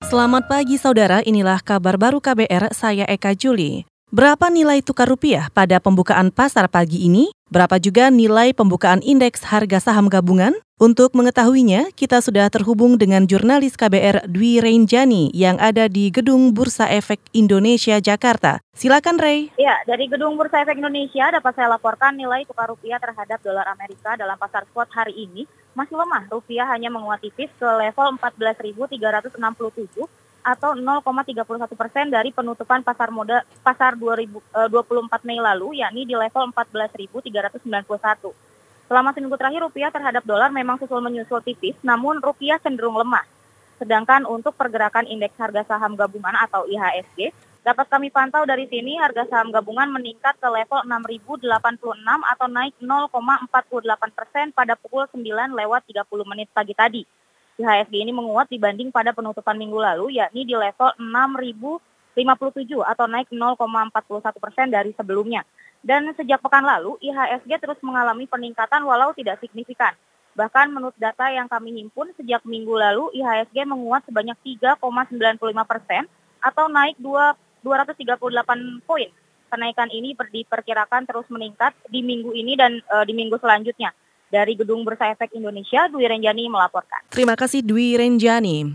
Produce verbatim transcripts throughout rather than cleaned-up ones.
Selamat pagi saudara, inilah kabar baru K B R, saya Eka Juli. Berapa nilai tukar rupiah pada pembukaan pasar pagi ini? Berapa juga nilai pembukaan indeks harga saham gabungan? Untuk mengetahuinya, kita sudah terhubung dengan jurnalis K B R Dwi Renjani yang ada di Gedung Bursa Efek Indonesia, Jakarta. Silakan, Rey. Ya, dari Gedung Bursa Efek Indonesia dapat saya laporkan nilai tukar rupiah terhadap dolar Amerika dalam pasar spot hari ini masih lemah. Rupiah hanya menguat tipis ke level empat belas ribu tiga ratus enam puluh tujuh atau nol koma tiga satu persen dari penutupan pasar modal pasar dua ribu dua puluh empat Mei lalu, yakni di level empat belas ribu tiga ratus sembilan puluh satu. Selama seminggu terakhir rupiah terhadap dolar memang susul menyusul tipis, namun rupiah cenderung lemah. Sedangkan untuk pergerakan indeks harga saham gabungan atau I H S G, dapat kami pantau dari sini harga saham gabungan meningkat ke level enam ribu delapan puluh enam atau naik nol koma empat delapan persen pada pukul sembilan lewat tiga puluh menit pagi tadi. I H S G ini menguat dibanding pada penutupan minggu lalu, yakni di level enam ribu lima puluh tujuh atau naik nol koma empat satu persen dari sebelumnya. Dan sejak pekan lalu, I H S G terus mengalami peningkatan walau tidak signifikan. Bahkan menurut data yang kami himpun, sejak minggu lalu I H S G menguat sebanyak tiga koma sembilan lima persen atau naik dua ratus tiga puluh delapan poin. Kenaikan ini diperkirakan terus meningkat di minggu ini dan e, di minggu selanjutnya. Dari Gedung Bursa Efek Indonesia, Dwi Renjani melaporkan. Terima kasih Dwi Renjani.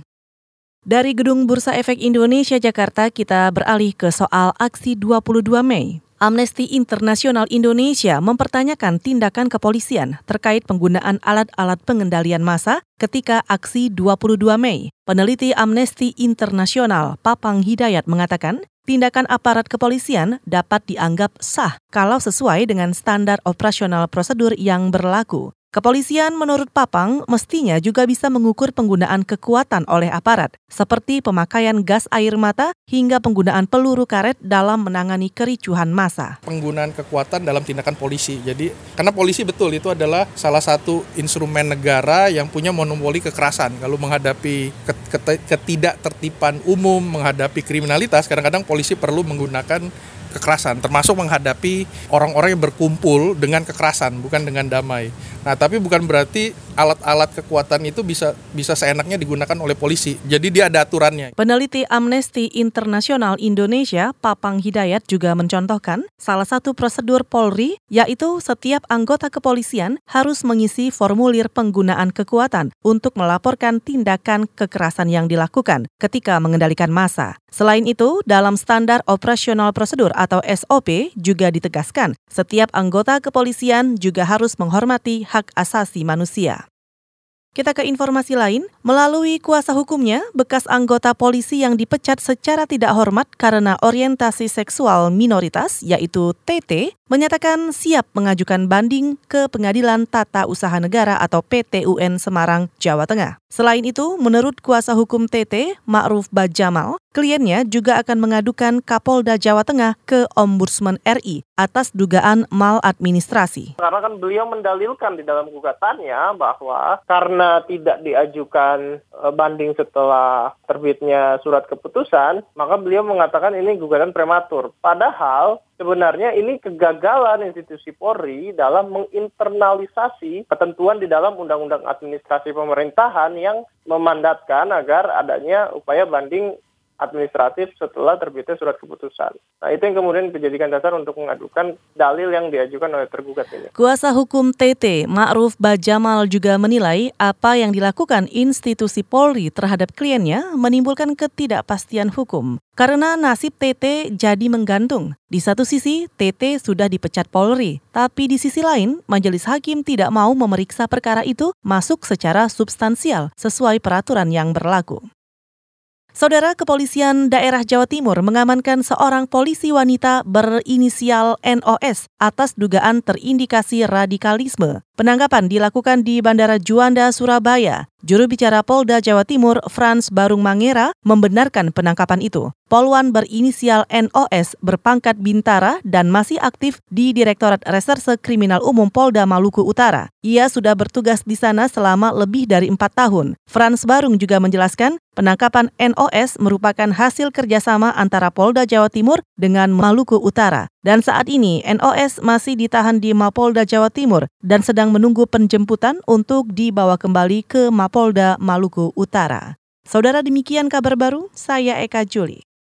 Dari Gedung Bursa Efek Indonesia, Jakarta, kita beralih ke soal aksi dua puluh dua Mei. Amnesty International Indonesia mempertanyakan tindakan kepolisian terkait penggunaan alat-alat pengendalian massa ketika aksi dua puluh dua Mei. Peneliti Amnesty International, Papang Hidayat, mengatakan tindakan aparat kepolisian dapat dianggap sah kalau sesuai dengan standar operasional prosedur yang berlaku. Kepolisian menurut Papang mestinya juga bisa mengukur penggunaan kekuatan oleh aparat, seperti pemakaian gas air mata hingga penggunaan peluru karet dalam menangani kericuhan massa. Penggunaan kekuatan dalam tindakan polisi. Jadi, karena polisi betul itu adalah salah satu instrumen negara yang punya monopoli kekerasan. Kalau menghadapi ketidaktertiban umum, menghadapi kriminalitas, kadang-kadang polisi perlu menggunakan kekerasan, termasuk menghadapi orang-orang yang berkumpul dengan kekerasan, bukan dengan damai. Nah, tapi bukan berarti alat-alat kekuatan itu bisa bisa seenaknya digunakan oleh polisi. Jadi dia ada aturannya. Peneliti Amnesty International Indonesia, Papang Hidayat, juga mencontohkan salah satu prosedur Polri, yaitu setiap anggota kepolisian harus mengisi formulir penggunaan kekuatan untuk melaporkan tindakan kekerasan yang dilakukan ketika mengendalikan massa. Selain itu, dalam standar operasional prosedur atau S O P juga ditegaskan, setiap anggota kepolisian juga harus menghormati hak asasi manusia. Kita ke informasi lain, melalui kuasa hukumnya, bekas anggota polisi yang dipecat secara tidak hormat karena orientasi seksual minoritas, yaitu T T, menyatakan siap mengajukan banding ke Pengadilan Tata Usaha Negara atau P T U N Semarang, Jawa Tengah. Selain itu, menurut kuasa hukum T T, Ma'ruf Bajamal, kliennya juga akan mengadukan Kapolda Jawa Tengah ke Ombudsman R I atas dugaan maladministrasi. Karena kan beliau mendalilkan di dalam gugatannya bahwa karena tidak diajukan banding setelah terbitnya surat keputusan, maka beliau mengatakan ini gugatan prematur. Padahal sebenarnya ini kegagalan institusi Polri dalam menginternalisasi ketentuan di dalam Undang-Undang Administrasi Pemerintahan yang memandatkan agar adanya upaya banding administratif setelah terbitnya surat keputusan. Nah, itu yang kemudian dijadikan dasar untuk mengadukan dalil yang diajukan oleh tergugat ini. Kuasa hukum T T, Ma'ruf Bajamal, juga menilai apa yang dilakukan institusi Polri terhadap kliennya menimbulkan ketidakpastian hukum. Karena nasib T T jadi menggantung. Di satu sisi, T T sudah dipecat Polri, tapi di sisi lain, majelis hakim tidak mau memeriksa perkara itu masuk secara substansial sesuai peraturan yang berlaku. Saudara, Kepolisian Daerah Jawa Timur mengamankan seorang polisi wanita berinisial N O S atas dugaan terindikasi radikalisme. Penangkapan dilakukan di Bandara Juanda, Surabaya. Juru bicara Polda Jawa Timur, Frans Barung Mangera, membenarkan penangkapan itu. Polwan berinisial N O S berpangkat Bintara dan masih aktif di Direktorat Reserse Kriminal Umum Polda Maluku Utara. Ia sudah bertugas di sana selama lebih dari empat tahun. Frans Barung juga menjelaskan penangkapan N O S merupakan hasil kerjasama antara Polda Jawa Timur dengan Maluku Utara. Dan saat ini N O S masih ditahan di Mapolda Jawa Timur dan sedang menunggu penjemputan untuk dibawa kembali ke Mapolda Maluku Utara. Saudara, demikian kabar baru, saya Eka Juli.